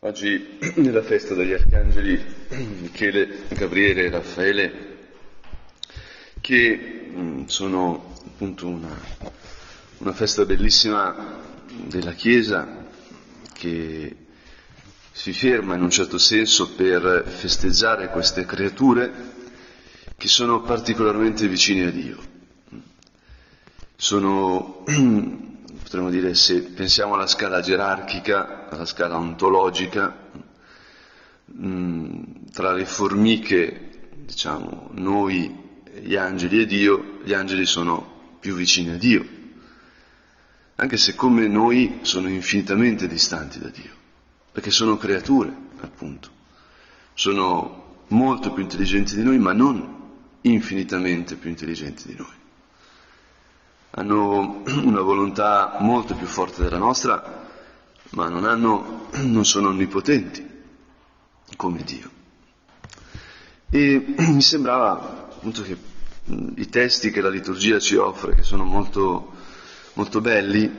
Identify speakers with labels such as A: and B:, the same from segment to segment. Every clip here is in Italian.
A: Oggi è la festa degli arcangeli Michele, Gabriele e Raffaele, che sono appunto una festa bellissima della Chiesa, che si ferma in un certo senso per festeggiare queste creature che sono particolarmente vicine a Dio. Sono, potremmo dire, se pensiamo alla scala gerarchica, alla scala ontologica, tra le formiche, diciamo, noi, gli angeli e Dio, gli angeli sono più vicini a Dio, anche se come noi sono infinitamente distanti da Dio, perché sono creature, appunto, sono molto più intelligenti di noi, ma non infinitamente più intelligenti di noi. Hanno una volontà molto più forte della nostra, ma non sono onnipotenti come Dio. E mi sembrava appunto che i testi che la liturgia ci offre, che sono molto, molto belli,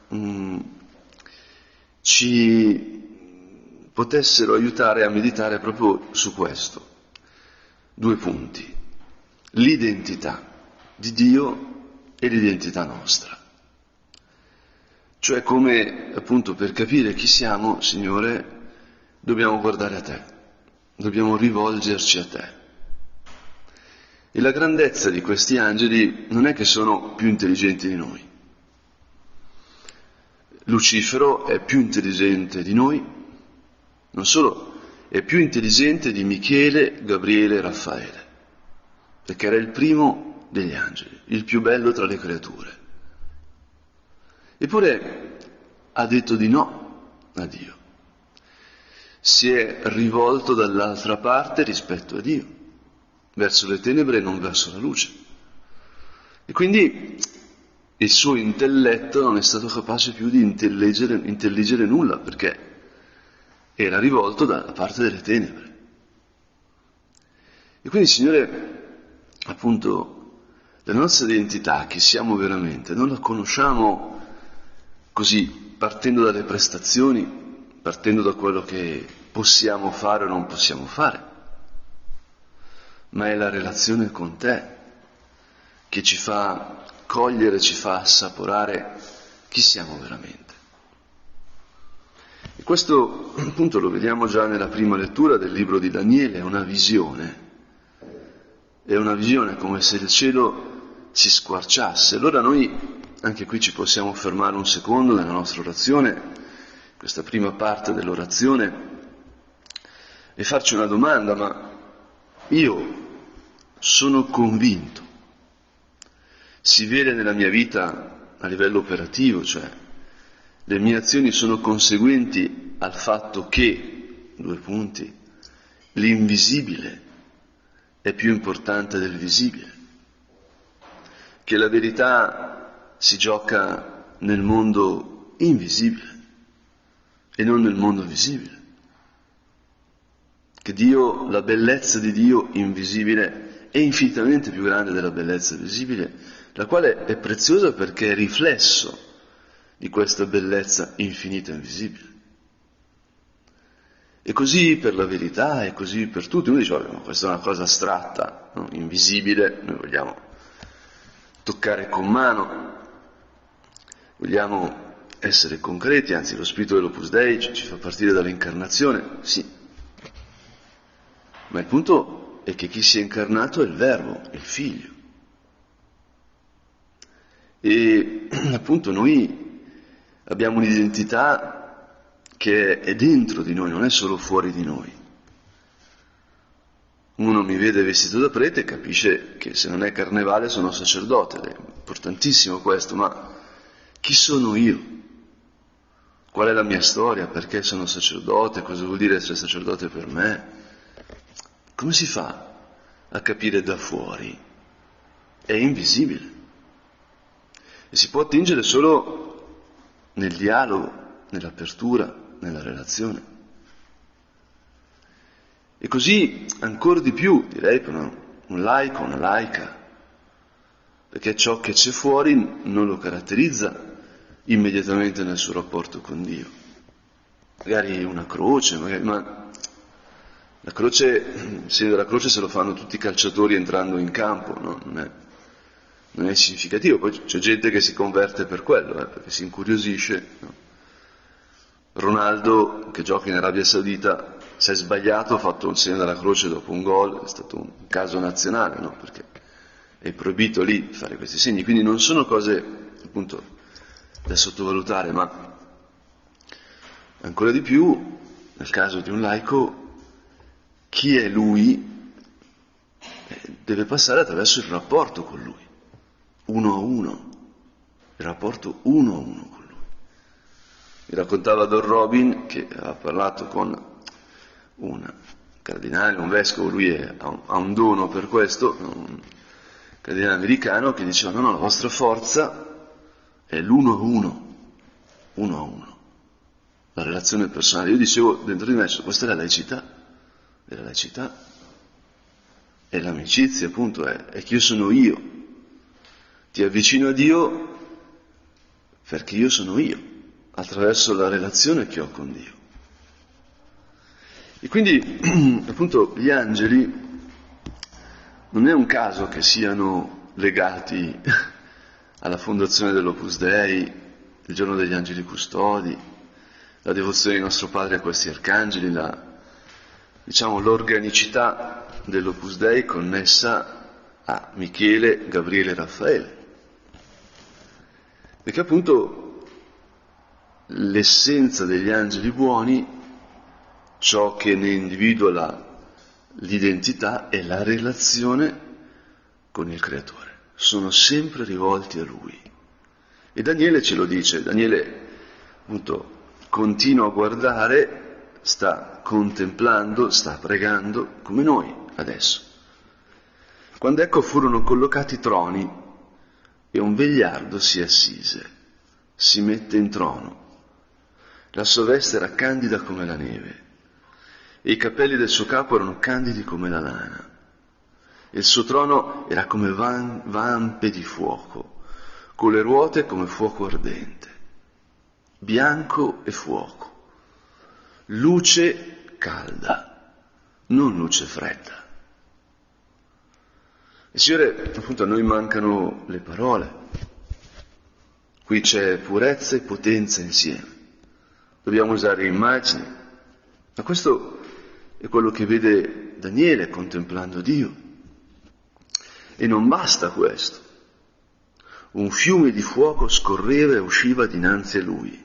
A: ci potessero aiutare a meditare proprio su questo. 2 punti: l'identità di Dio e l'identità nostra. Cioè come, appunto, per capire chi siamo, Signore, dobbiamo guardare a Te, dobbiamo rivolgerci a Te. E la grandezza di questi angeli non è che sono più intelligenti di noi. Lucifero è più intelligente di noi, non solo, è più intelligente di Michele, Gabriele e Raffaele, perché era il primo degli angeli, il più bello tra le creature. Eppure ha detto di no a Dio. Si è rivolto dall'altra parte rispetto a Dio, verso le tenebre e non verso la luce. E quindi il suo intelletto non è stato capace più di intelligere nulla, perché era rivolto dalla parte delle tenebre. E quindi, Signore, appunto, la nostra identità, chi siamo veramente, non la conosciamo così, partendo dalle prestazioni, partendo da quello che possiamo fare o non possiamo fare, ma è la relazione con Te che ci fa cogliere, ci fa assaporare chi siamo veramente. E questo appunto lo vediamo già nella prima lettura del libro di Daniele, è una visione come se il cielo si squarciasse. Allora noi anche qui ci possiamo fermare un secondo nella nostra orazione, questa prima parte dell'orazione, e farci una domanda: ma io sono convinto, si vede nella mia vita a livello operativo, cioè le mie azioni sono conseguenti al fatto che, 2 punti, l'invisibile è più importante del visibile, che la verità si gioca nel mondo invisibile e non nel mondo visibile, che Dio, la bellezza di Dio invisibile è infinitamente più grande della bellezza visibile, la quale è preziosa perché è riflesso di questa bellezza infinita e invisibile. E così per la verità, e così per tutti. Uno dice: ma questa è una cosa astratta, no? Invisibile, noi vogliamo toccare con mano, vogliamo essere concreti, anzi lo spirito dell'Opus Dei ci fa partire dall'incarnazione, sì. Ma il punto è che chi si è incarnato è il Verbo, il Figlio. E appunto noi abbiamo un'identità che è dentro di noi, non è solo fuori di noi. Uno mi vede vestito da prete e capisce che se non è carnevale sono sacerdote, è importantissimo questo, ma chi sono io? Qual è la mia storia? Perché sono sacerdote? Cosa vuol dire essere sacerdote per me? Come si fa a capire da fuori? È invisibile. E si può attingere solo nel dialogo, nell'apertura, nella relazione. E così ancora di più, direi, per un laico, una laica, perché ciò che c'è fuori non lo caratterizza immediatamente nel suo rapporto con Dio. magari una croce, ma la croce, il segno della croce se lo fanno tutti i calciatori entrando in campo, no? Non è significativo, poi c'è gente che si converte per quello, perché si incuriosisce, no? Ronaldo, che gioca in Arabia Saudita, si è sbagliato, ha fatto un segno della croce dopo un gol, è stato un caso nazionale, no? Perché è proibito lì fare questi segni, quindi non sono cose appunto da sottovalutare, ma ancora di più, nel caso di un laico, chi è lui deve passare attraverso il rapporto con lui, uno a uno, il rapporto uno a uno con lui. Mi raccontava Don Robin che aveva parlato con un cardinale, un vescovo, lui ha un dono per questo, un cardinale americano, che diceva no, la vostra forza è l'uno a uno, uno a uno, la relazione personale. Io dicevo dentro di me, questa è la laicità. Della laicità è l'amicizia, appunto, è che io sono io, ti avvicino a Dio perché io sono io, attraverso la relazione che ho con Dio. E quindi, appunto, gli angeli non è un caso che siano legati alla fondazione dell'Opus Dei, il giorno degli angeli custodi, la devozione di nostro Padre a questi arcangeli, l'organicità dell'Opus Dei connessa a Michele, Gabriele e Raffaele. Perché appunto l'essenza degli angeli buoni, ciò che ne individua l'identità, è la relazione con il Creatore. Sono sempre rivolti a Lui. E Daniele ce lo dice, Daniele appunto continua a guardare, sta contemplando, sta pregando, come noi adesso. Quando ecco furono collocati troni e un vegliardo si assise, si mette in trono. La sua veste era candida come la neve e i capelli del suo capo erano candidi come la lana. E il suo trono era come vampe di fuoco, con le ruote come fuoco ardente, bianco e fuoco. Luce calda, non luce fredda. E Signore, appunto, a noi mancano le parole. Qui c'è purezza e potenza insieme. Dobbiamo usare immagini. Ma questo è quello che vede Daniele contemplando Dio. E non basta questo. Un fiume di fuoco scorreva e usciva dinanzi a lui.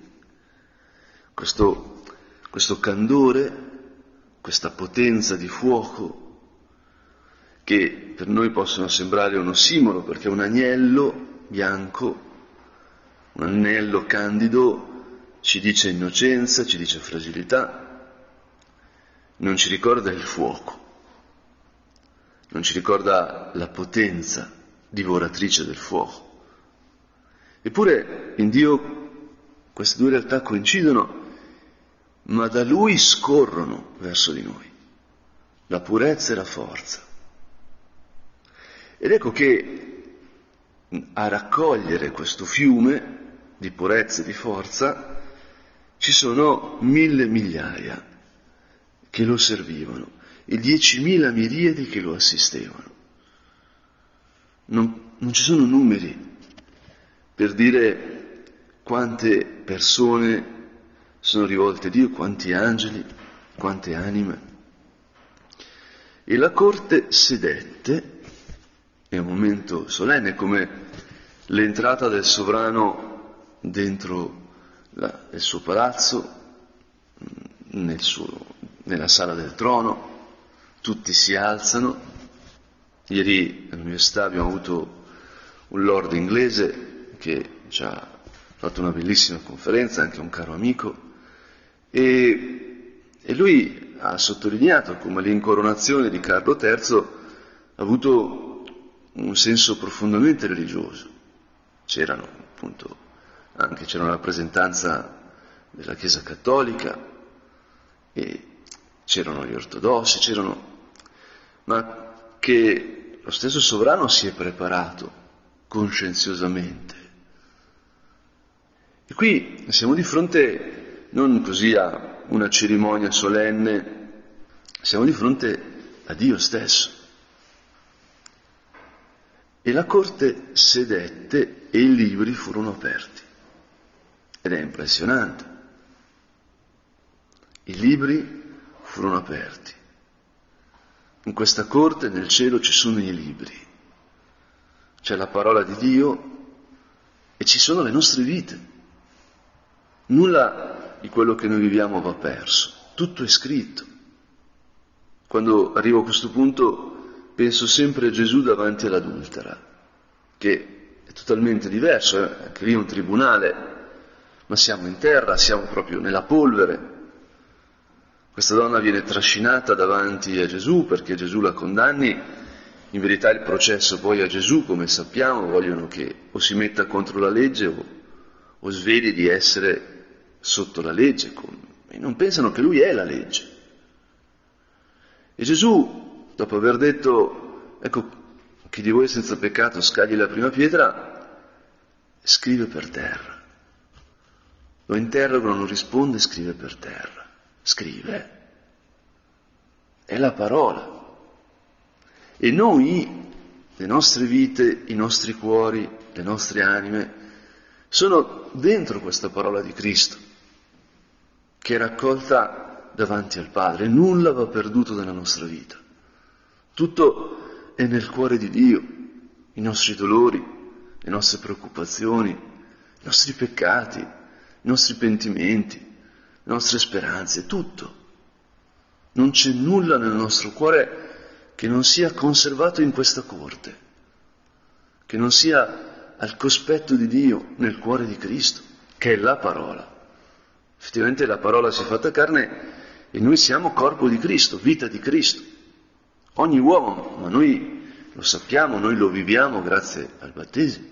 A: Questo candore, questa potenza di fuoco, che per noi possono sembrare un ossimoro, perché un agnello bianco, un agnello candido, ci dice innocenza, ci dice fragilità, non ci ricorda il fuoco, non ci ricorda la potenza divoratrice del fuoco. Eppure in Dio queste due realtà coincidono, ma da Lui scorrono verso di noi la purezza e la forza. Ed ecco che a raccogliere questo fiume di purezza e di forza ci sono 1000 migliaia che lo servivano e 10.000 miriadi che lo assistevano. Non ci sono numeri per dire quante persone sono rivolte a Dio, quanti angeli, quante anime. E la corte sedette, è un momento solenne, come l'entrata del sovrano dentro il suo palazzo, nella sala del trono, tutti si alzano. Ieri all'università abbiamo avuto un lord inglese che ci ha fatto una bellissima conferenza, anche un caro amico, e lui ha sottolineato come l'incoronazione di Carlo III ha avuto un senso profondamente religioso. C'era una rappresentanza della Chiesa Cattolica e c'erano gli ortodossi, ma che lo stesso sovrano si è preparato conscienziosamente. E qui siamo di fronte non così a una cerimonia solenne, siamo di fronte a Dio stesso. E la corte sedette e i libri furono aperti. Ed è impressionante. I libri furono aperti. In questa corte nel cielo ci sono i libri. C'è la parola di Dio e ci sono le nostre vite. Nulla di quello che noi viviamo va perso. Tutto è scritto. Quando arrivo a questo punto penso sempre a Gesù davanti all'adultera, che è totalmente diverso, anche lì è un tribunale, ma siamo in terra, siamo proprio nella polvere. Questa donna viene trascinata davanti a Gesù perché Gesù la condanni. In verità il processo poi a Gesù, come sappiamo, vogliono che o si metta contro la legge o sveli di essere sotto la legge. E non pensano che lui è la legge. E Gesù, dopo aver detto, ecco, chi di voi è senza peccato scagli la prima pietra, scrive per terra. Lo interrogano, non risponde, scrive per terra. Scrive. È la parola. E noi, le nostre vite, i nostri cuori, le nostre anime, sono dentro questa parola di Cristo, che è raccolta davanti al Padre. Nulla va perduto nella nostra vita. Tutto è nel cuore di Dio, i nostri dolori, le nostre preoccupazioni, i nostri peccati, i nostri pentimenti, le nostre speranze, tutto. Non c'è nulla nel nostro cuore che non sia conservato in questa corte, che non sia al cospetto di Dio nel cuore di Cristo, che è la parola. Effettivamente la parola si è fatta carne e noi siamo corpo di Cristo, vita di Cristo. Ogni uomo, ma noi lo sappiamo, noi lo viviamo grazie al battesimo.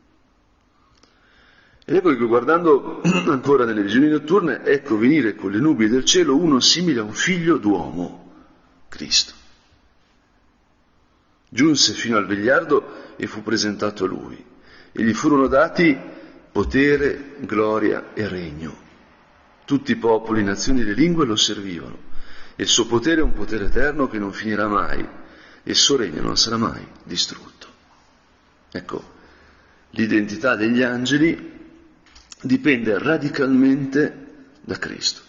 A: Ed ecco che guardando ancora nelle visioni notturne, ecco venire con le nubi del cielo uno simile a un figlio d'uomo, Cristo. Giunse fino al vegliardo e fu presentato a lui, e gli furono dati potere, gloria e regno. Tutti i popoli, nazioni e lingue lo servivano, e il suo potere è un potere eterno che non finirà mai, e il suo regno non sarà mai distrutto. Ecco, l'identità degli angeli dipende radicalmente da Cristo.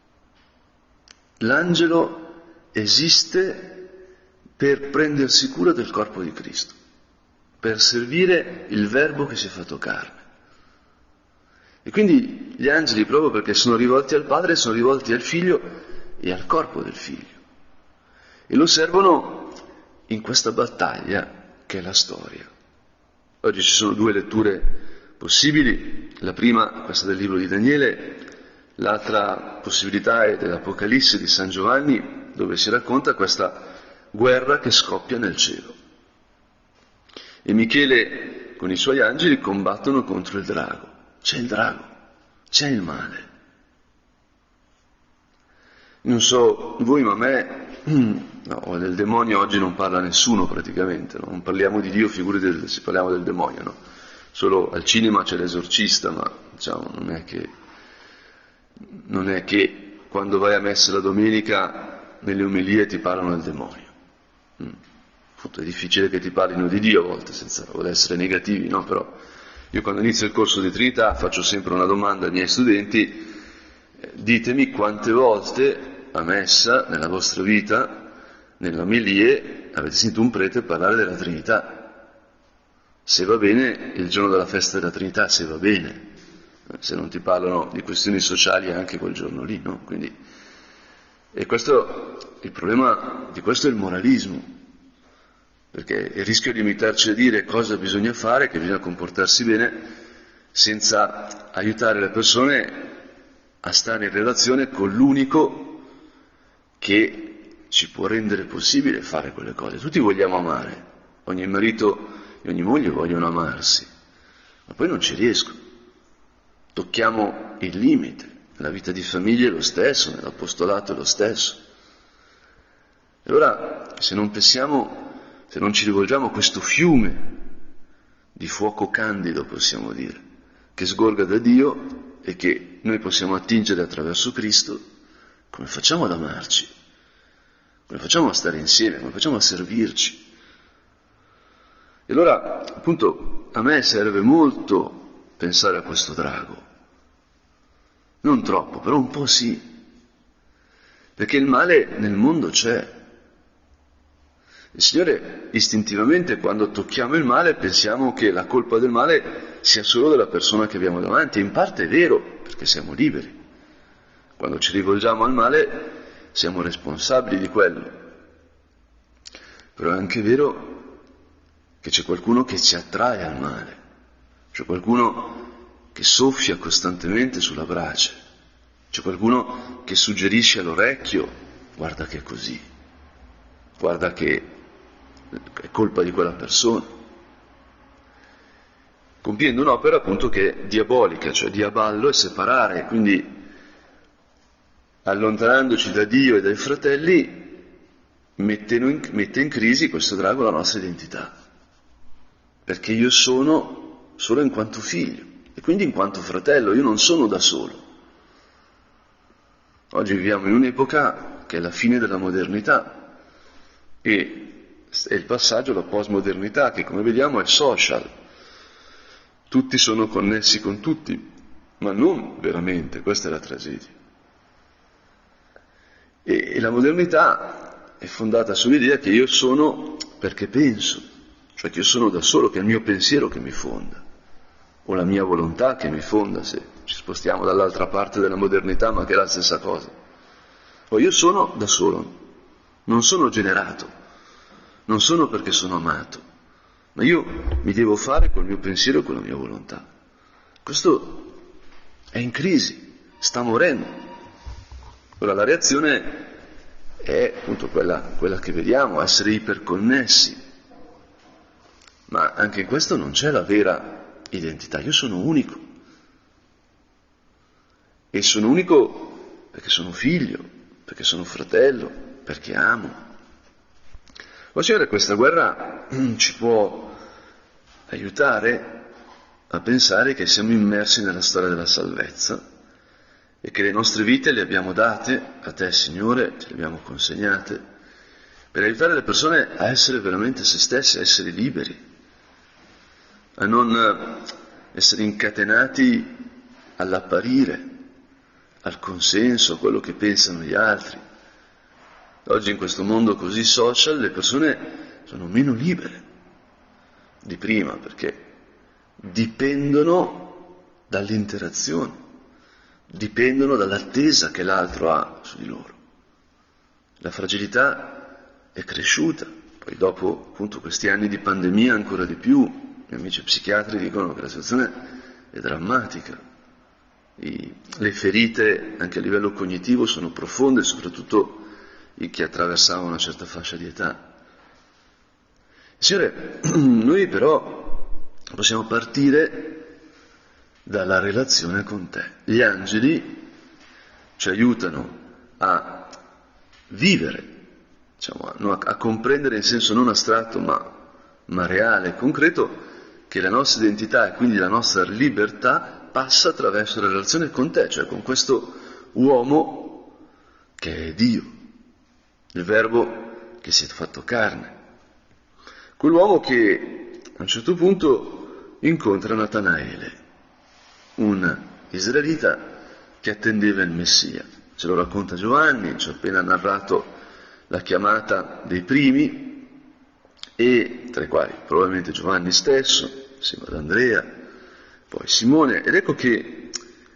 A: L'angelo esiste per prendersi cura del corpo di Cristo, per servire il Verbo che si è fatto carne. E quindi gli angeli, proprio perché sono rivolti al Padre, sono rivolti al Figlio e al corpo del Figlio. E lo servono in questa battaglia che è la storia. Oggi ci sono due letture possibili, la prima, questa del libro di Daniele, l'altra possibilità è dell'Apocalisse di San Giovanni, dove si racconta questa guerra che scoppia nel cielo. E Michele con i suoi angeli combattono contro il drago. C'è il drago, c'è il male. Non so voi, ma a me, no, del demonio oggi non parla nessuno praticamente, no? Non parliamo di Dio, figurati se parliamo del demonio, no? Solo al cinema c'è l'esorcista, ma diciamo non è che quando vai a messa la domenica nelle omelie ti parlano del demonio. È difficile che ti parlino di Dio a volte, senza voler essere negativi, no? Però io quando inizio il corso di Trinità faccio sempre una domanda ai miei studenti: ditemi quante volte a messa, nella vostra vita, nelle omelie, avete sentito un prete parlare della Trinità. Se va bene, il giorno della festa della Trinità, se va bene. Se non ti parlano di questioni sociali anche quel giorno lì, no? Quindi, e questo, il problema di questo è il moralismo. Perché il rischio di limitarci a dire cosa bisogna fare, che bisogna comportarsi bene, senza aiutare le persone a stare in relazione con l'unico che ci può rendere possibile fare quelle cose. Tutti vogliamo amare, ogni marito e ogni moglie vogliono amarsi, ma poi non ci riescono. Tocchiamo il limite, nella vita di famiglia è lo stesso, nell'apostolato è lo stesso. E allora, se non ci rivolgiamo a questo fiume di fuoco candido, possiamo dire, che sgorga da Dio e che noi possiamo attingere attraverso Cristo, Come facciamo ad amarci? Come facciamo a stare insieme? Come facciamo a servirci? E allora, appunto, a me serve molto pensare a questo drago. Non troppo, però un po' sì. Perché il male nel mondo c'è. Il Signore, istintivamente, quando tocchiamo il male, pensiamo che la colpa del male sia solo della persona che abbiamo davanti. In parte è vero, perché siamo liberi. Quando ci rivolgiamo al male, siamo responsabili di quello. Però è anche vero che c'è qualcuno che ci attrae al male. C'è qualcuno che soffia costantemente sulla brace. C'è qualcuno che suggerisce all'orecchio: guarda che è così, guarda che è colpa di quella persona, compiendo un'opera appunto che è diabolica, cioè diaballo è separare, quindi allontanandoci da Dio e dai fratelli mette in crisi questo drago la nostra identità, perché io sono solo in quanto figlio e quindi in quanto fratello, io non sono da solo. Oggi viviamo in un'epoca che è la fine della modernità e è il passaggio alla postmodernità, che come vediamo è social. Tutti sono connessi con tutti, ma non veramente, questa è la tragedia. E la modernità è fondata sull'idea che io sono perché penso, cioè che io sono da solo, che è il mio pensiero che mi fonda, o la mia volontà che mi fonda, se ci spostiamo dall'altra parte della modernità, ma che è la stessa cosa. O io sono da solo, non sono generato, non sono perché sono amato, ma io mi devo fare col mio pensiero e con la mia volontà. Questo è in crisi, sta morendo. Ora la reazione è appunto quella che vediamo, essere iperconnessi, ma anche in questo non c'è la vera identità. Io sono unico, e sono unico perché sono figlio, perché sono fratello, perché amo. Ma Signore, questa guerra ci può aiutare a pensare che siamo immersi nella storia della salvezza e che le nostre vite le abbiamo date a Te, Signore, te le abbiamo consegnate, per aiutare le persone a essere veramente se stesse, a essere liberi, a non essere incatenati all'apparire, al consenso, a quello che pensano gli altri. Oggi in questo mondo così social le persone sono meno libere di prima perché dipendono dall'interazione, dipendono dall'attesa che l'altro ha su di loro. La fragilità è cresciuta, poi dopo appunto questi anni di pandemia ancora di più. Gli amici psichiatri dicono che la situazione è drammatica. Le ferite anche a livello cognitivo sono profonde, soprattutto in chi attraversava una certa fascia di età. Signore, noi però possiamo partire dalla relazione con Te. Gli angeli ci aiutano a vivere, diciamo, a comprendere in senso non astratto ma reale e concreto che la nostra identità e quindi la nostra libertà passa attraverso la relazione con Te, cioè con questo uomo che è Dio, il Verbo che si è fatto carne. Quell'uomo che a un certo punto incontra Natanaele, un israelita che attendeva il Messia. Ce lo racconta Giovanni, ci ha appena narrato la chiamata dei primi, e tra i quali probabilmente Giovanni stesso, insieme ad Andrea, poi Simone, ed ecco che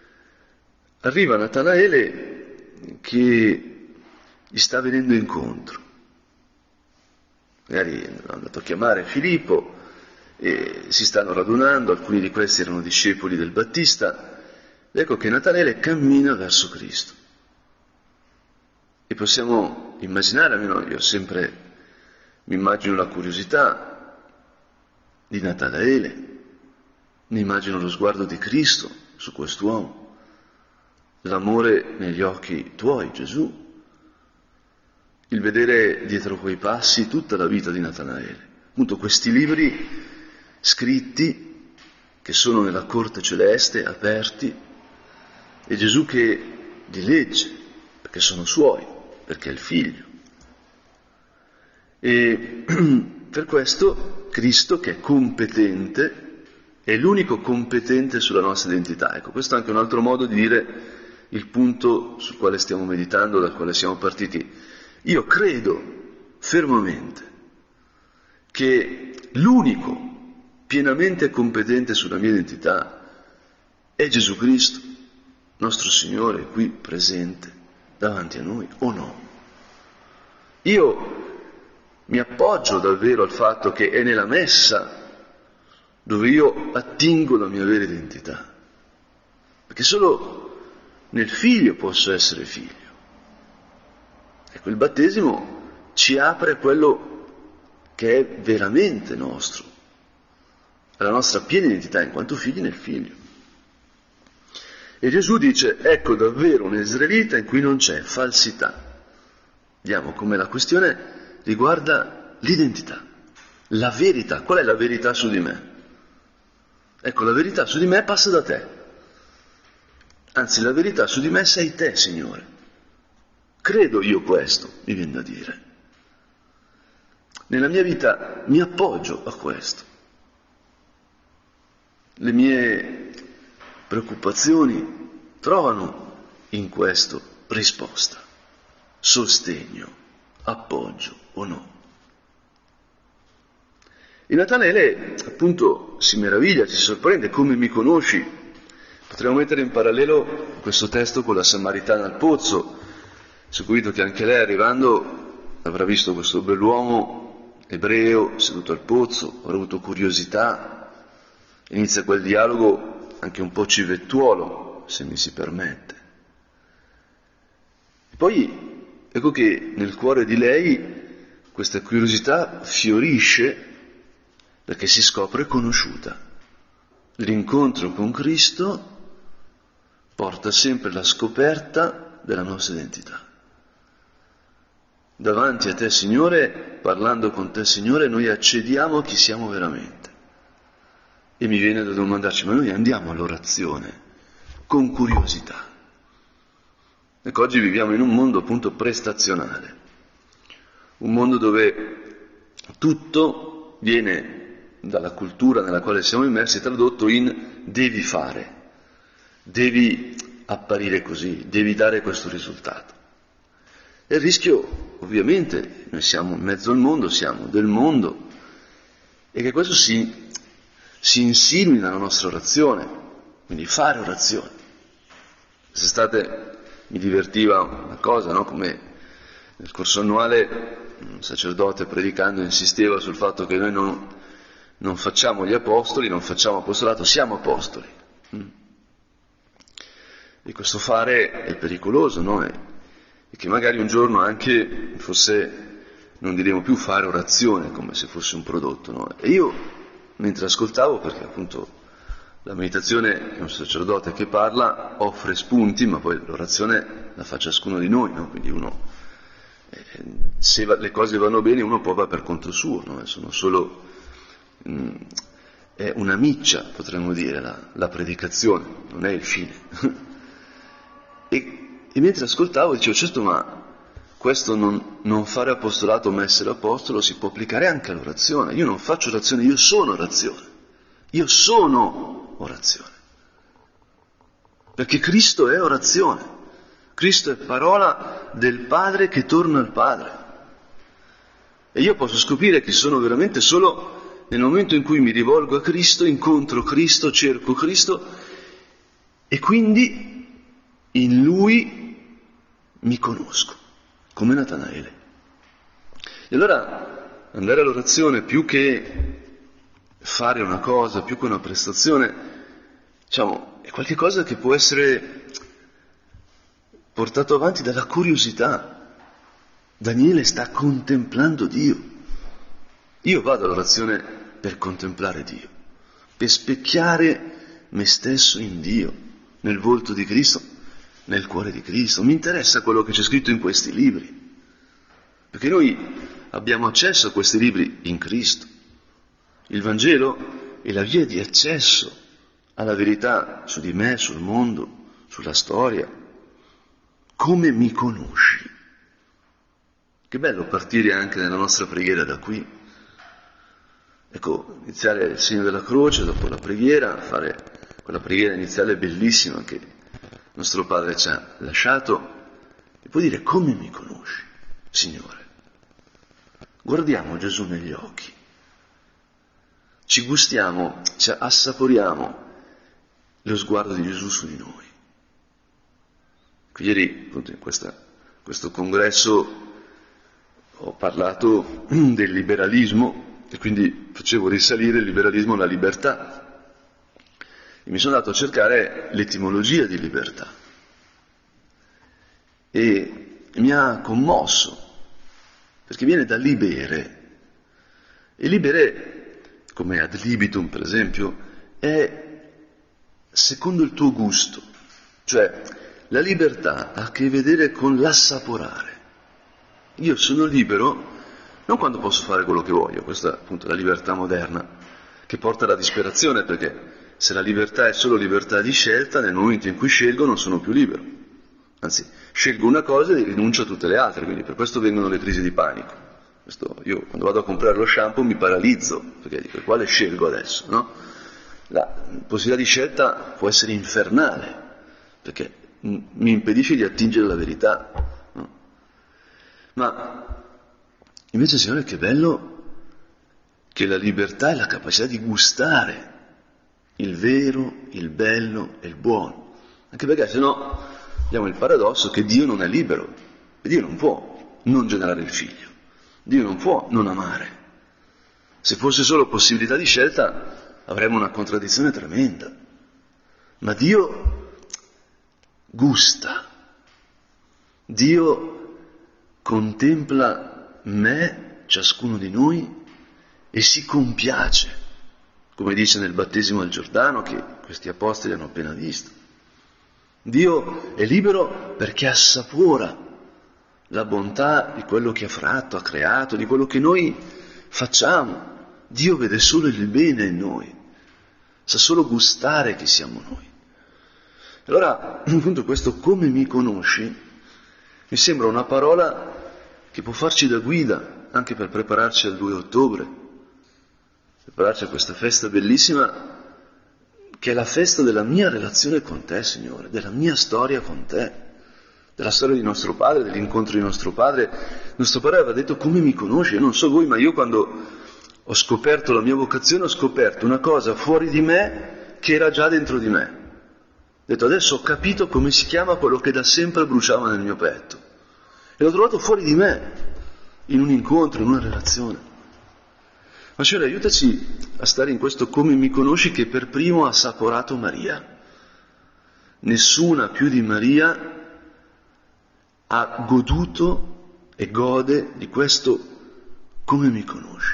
A: arriva Natanaele che gli sta venendo incontro. Magari è andato a chiamare Filippo e si stanno radunando, alcuni di questi erano discepoli del Battista, ed ecco che Natanaele cammina verso Cristo. E possiamo immaginare, almeno io sempre mi immagino la curiosità di Natanaele, mi immagino lo sguardo di Cristo su quest'uomo, l'amore negli occhi tuoi, Gesù, il vedere dietro quei passi tutta la vita di Natanaele. Appunto questi libri scritti che sono nella corte celeste, aperti, e Gesù che li legge perché sono suoi, perché è il figlio. E per questo Cristo, che è competente, è l'unico competente sulla nostra identità. Ecco, questo è anche un altro modo di dire il punto sul quale stiamo meditando, dal quale siamo partiti. Io credo fermamente che l'unico pienamente competente sulla mia identità è Gesù Cristo, nostro Signore, qui presente davanti a noi, o no? Io mi appoggio davvero al fatto che è nella messa dove io attingo la mia vera identità, perché solo nel figlio posso essere figlio. Ecco, il battesimo ci apre a quello che è veramente nostro, alla nostra piena identità in quanto figli nel figlio. E Gesù dice, ecco davvero un israelita in cui non c'è falsità. Vediamo come la questione riguarda l'identità, la verità. Qual è la verità su di me? Ecco, la verità su di me passa da te. Anzi, la verità su di me sei te, Signore. Credo io questo, mi viene da dire. Nella mia vita mi appoggio a questo. Le mie preoccupazioni trovano in questo risposta, sostegno, appoggio o no. E Natanele appunto si meraviglia, si sorprende, come mi conosci? Potremmo mettere in parallelo questo testo con la Samaritana al pozzo, seguito che anche lei arrivando avrà visto questo bell'uomo ebreo seduto al pozzo, avrà avuto curiosità, inizia quel dialogo anche un po' civettuolo, se mi si permette. E poi ecco che nel cuore di lei questa curiosità fiorisce perché si scopre conosciuta. L'incontro con Cristo porta sempre la scoperta della nostra identità. Davanti a te, Signore, parlando con te, Signore, noi accediamo a chi siamo veramente. E mi viene da domandarci, ma noi andiamo all'orazione con curiosità. Ecco, oggi viviamo in un mondo appunto prestazionale, un mondo dove tutto viene dalla cultura nella quale siamo immersi tradotto in devi fare, devi apparire così, devi dare questo risultato. E il rischio, ovviamente, noi siamo in mezzo al mondo, siamo del mondo, e che questo si insinui nella nostra orazione, quindi fare orazione. Quest'estate mi divertiva una cosa, no? Come nel corso annuale un sacerdote predicando insisteva sul fatto che noi non facciamo gli apostoli, non facciamo apostolato, siamo apostoli. E questo fare è pericoloso, no? E che magari un giorno anche forse non diremo più fare orazione come se fosse un prodotto, no? E io, mentre ascoltavo, perché appunto la meditazione è un sacerdote che parla, offre spunti, ma poi l'orazione la fa ciascuno di noi, no? Quindi uno, se le cose vanno bene, uno poi va per conto suo, no? Sono solo, è una miccia, potremmo dire, la predicazione, non è il fine. E mentre ascoltavo dicevo, certo, ma questo non fare apostolato ma essere apostolo si può applicare anche all'orazione. Io non faccio orazione, io sono orazione. Io sono orazione. Perché Cristo è orazione. Cristo è parola del Padre che torna al Padre. E io posso scoprire che sono veramente solo nel momento in cui mi rivolgo a Cristo, incontro Cristo, cerco Cristo e quindi in Lui mi conosco, come Natanaele. E allora andare all'orazione più che fare una cosa, più che una prestazione, diciamo, è qualche cosa che può essere portato avanti dalla curiosità. Daniele sta contemplando Dio. Io vado all'orazione per contemplare Dio, per specchiare me stesso in Dio, nel volto di Cristo, nel cuore di Cristo. Mi interessa quello che c'è scritto in questi libri, perché noi abbiamo accesso a questi libri in Cristo. Il Vangelo è la via di accesso alla verità su di me, sul mondo, sulla storia. come mi conosci. Che bello partire anche nella nostra preghiera da qui. Ecco, iniziare il segno della croce, dopo la preghiera, fare quella preghiera iniziale bellissima che nostro Padre ci ha lasciato, e poi dire: come mi conosci, Signore? Guardiamo Gesù negli occhi, ci gustiamo, ci assaporiamo lo sguardo di Gesù su di noi. Ieri, appunto, in questo congresso ho parlato del liberalismo e quindi facevo risalire il liberalismo alla libertà. E mi sono andato a cercare l'etimologia di libertà e mi ha commosso, perché viene da libere, e libere, come ad libitum per esempio, è secondo il tuo gusto, cioè la libertà ha a che vedere con l'assaporare. Io sono libero non quando posso fare quello che voglio, questa è appunto la libertà moderna, che porta alla disperazione, perché se la libertà è solo libertà di scelta, nel momento in cui scelgo non sono più libero. Anzi, scelgo una cosa e rinuncio a tutte le altre, quindi per questo vengono le crisi di panico. Io quando vado a comprare lo shampoo mi paralizzo, perché dico: quale scelgo adesso, no? La possibilità di scelta può essere infernale, perché mi impedisce di attingere alla verità, no? Ma invece, Signore, che bello che la libertà è la capacità di gustare il vero, il bello e il buono. Anche perché sennò abbiamo il paradosso che Dio non è libero, e Dio non può non generare il figlio, Dio non può non amare. Se fosse solo possibilità di scelta avremmo una contraddizione tremenda. Ma Dio gusta, Dio contempla me, ciascuno di noi, e si compiace, come dice nel battesimo al Giordano, che questi apostoli hanno appena visto. Dio è libero perché assapora la bontà di quello che ha fatto, ha creato, di quello che noi facciamo. Dio vede solo il bene in noi, sa solo gustare chi siamo noi. Allora, appunto, questo come mi conosci mi sembra una parola che può farci da guida anche per prepararci al 2 ottobre, prepararci a questa festa bellissima che è la festa della mia relazione con te, Signore, della mia storia con te, della storia di nostro Padre, dell'incontro di nostro Padre. Nostro Padre aveva detto: come mi conosci? Io non so voi, ma io quando ho scoperto la mia vocazione ho scoperto una cosa fuori di me che era già dentro di me. Ho detto: adesso ho capito come si chiama quello che da sempre bruciava nel mio petto. E l'ho trovato fuori di me, in un incontro, in una relazione. Ma Signore, aiutaci a stare in questo come mi conosci che per primo ha assaporato Maria. Nessuna più di Maria ha goduto e gode di questo come mi conosci.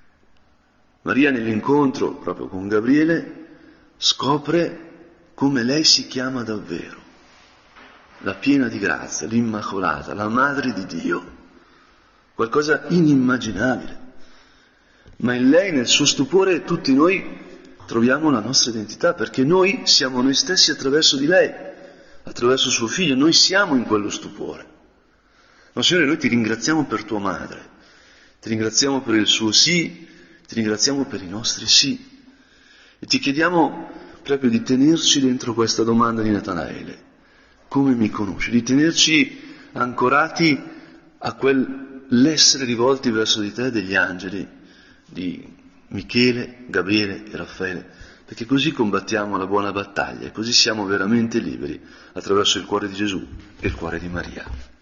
A: Maria nell'incontro proprio con Gabriele scopre come lei si chiama davvero, la piena di grazia, l'Immacolata, la Madre di Dio, qualcosa inimmaginabile. Ma in lei, nel suo stupore, tutti noi troviamo la nostra identità, perché noi siamo noi stessi attraverso di lei, attraverso suo figlio, noi siamo in quello stupore. Ma Signore, noi ti ringraziamo per tua madre, ti ringraziamo per il suo sì, ti ringraziamo per i nostri sì, e ti chiediamo proprio di tenerci dentro questa domanda di Natanaele: come mi conosci? Di tenerci ancorati a quell'essere rivolti verso di te degli angeli, di Michele, Gabriele e Raffaele, perché così combattiamo la buona battaglia e così siamo veramente liberi attraverso il cuore di Gesù e il cuore di Maria.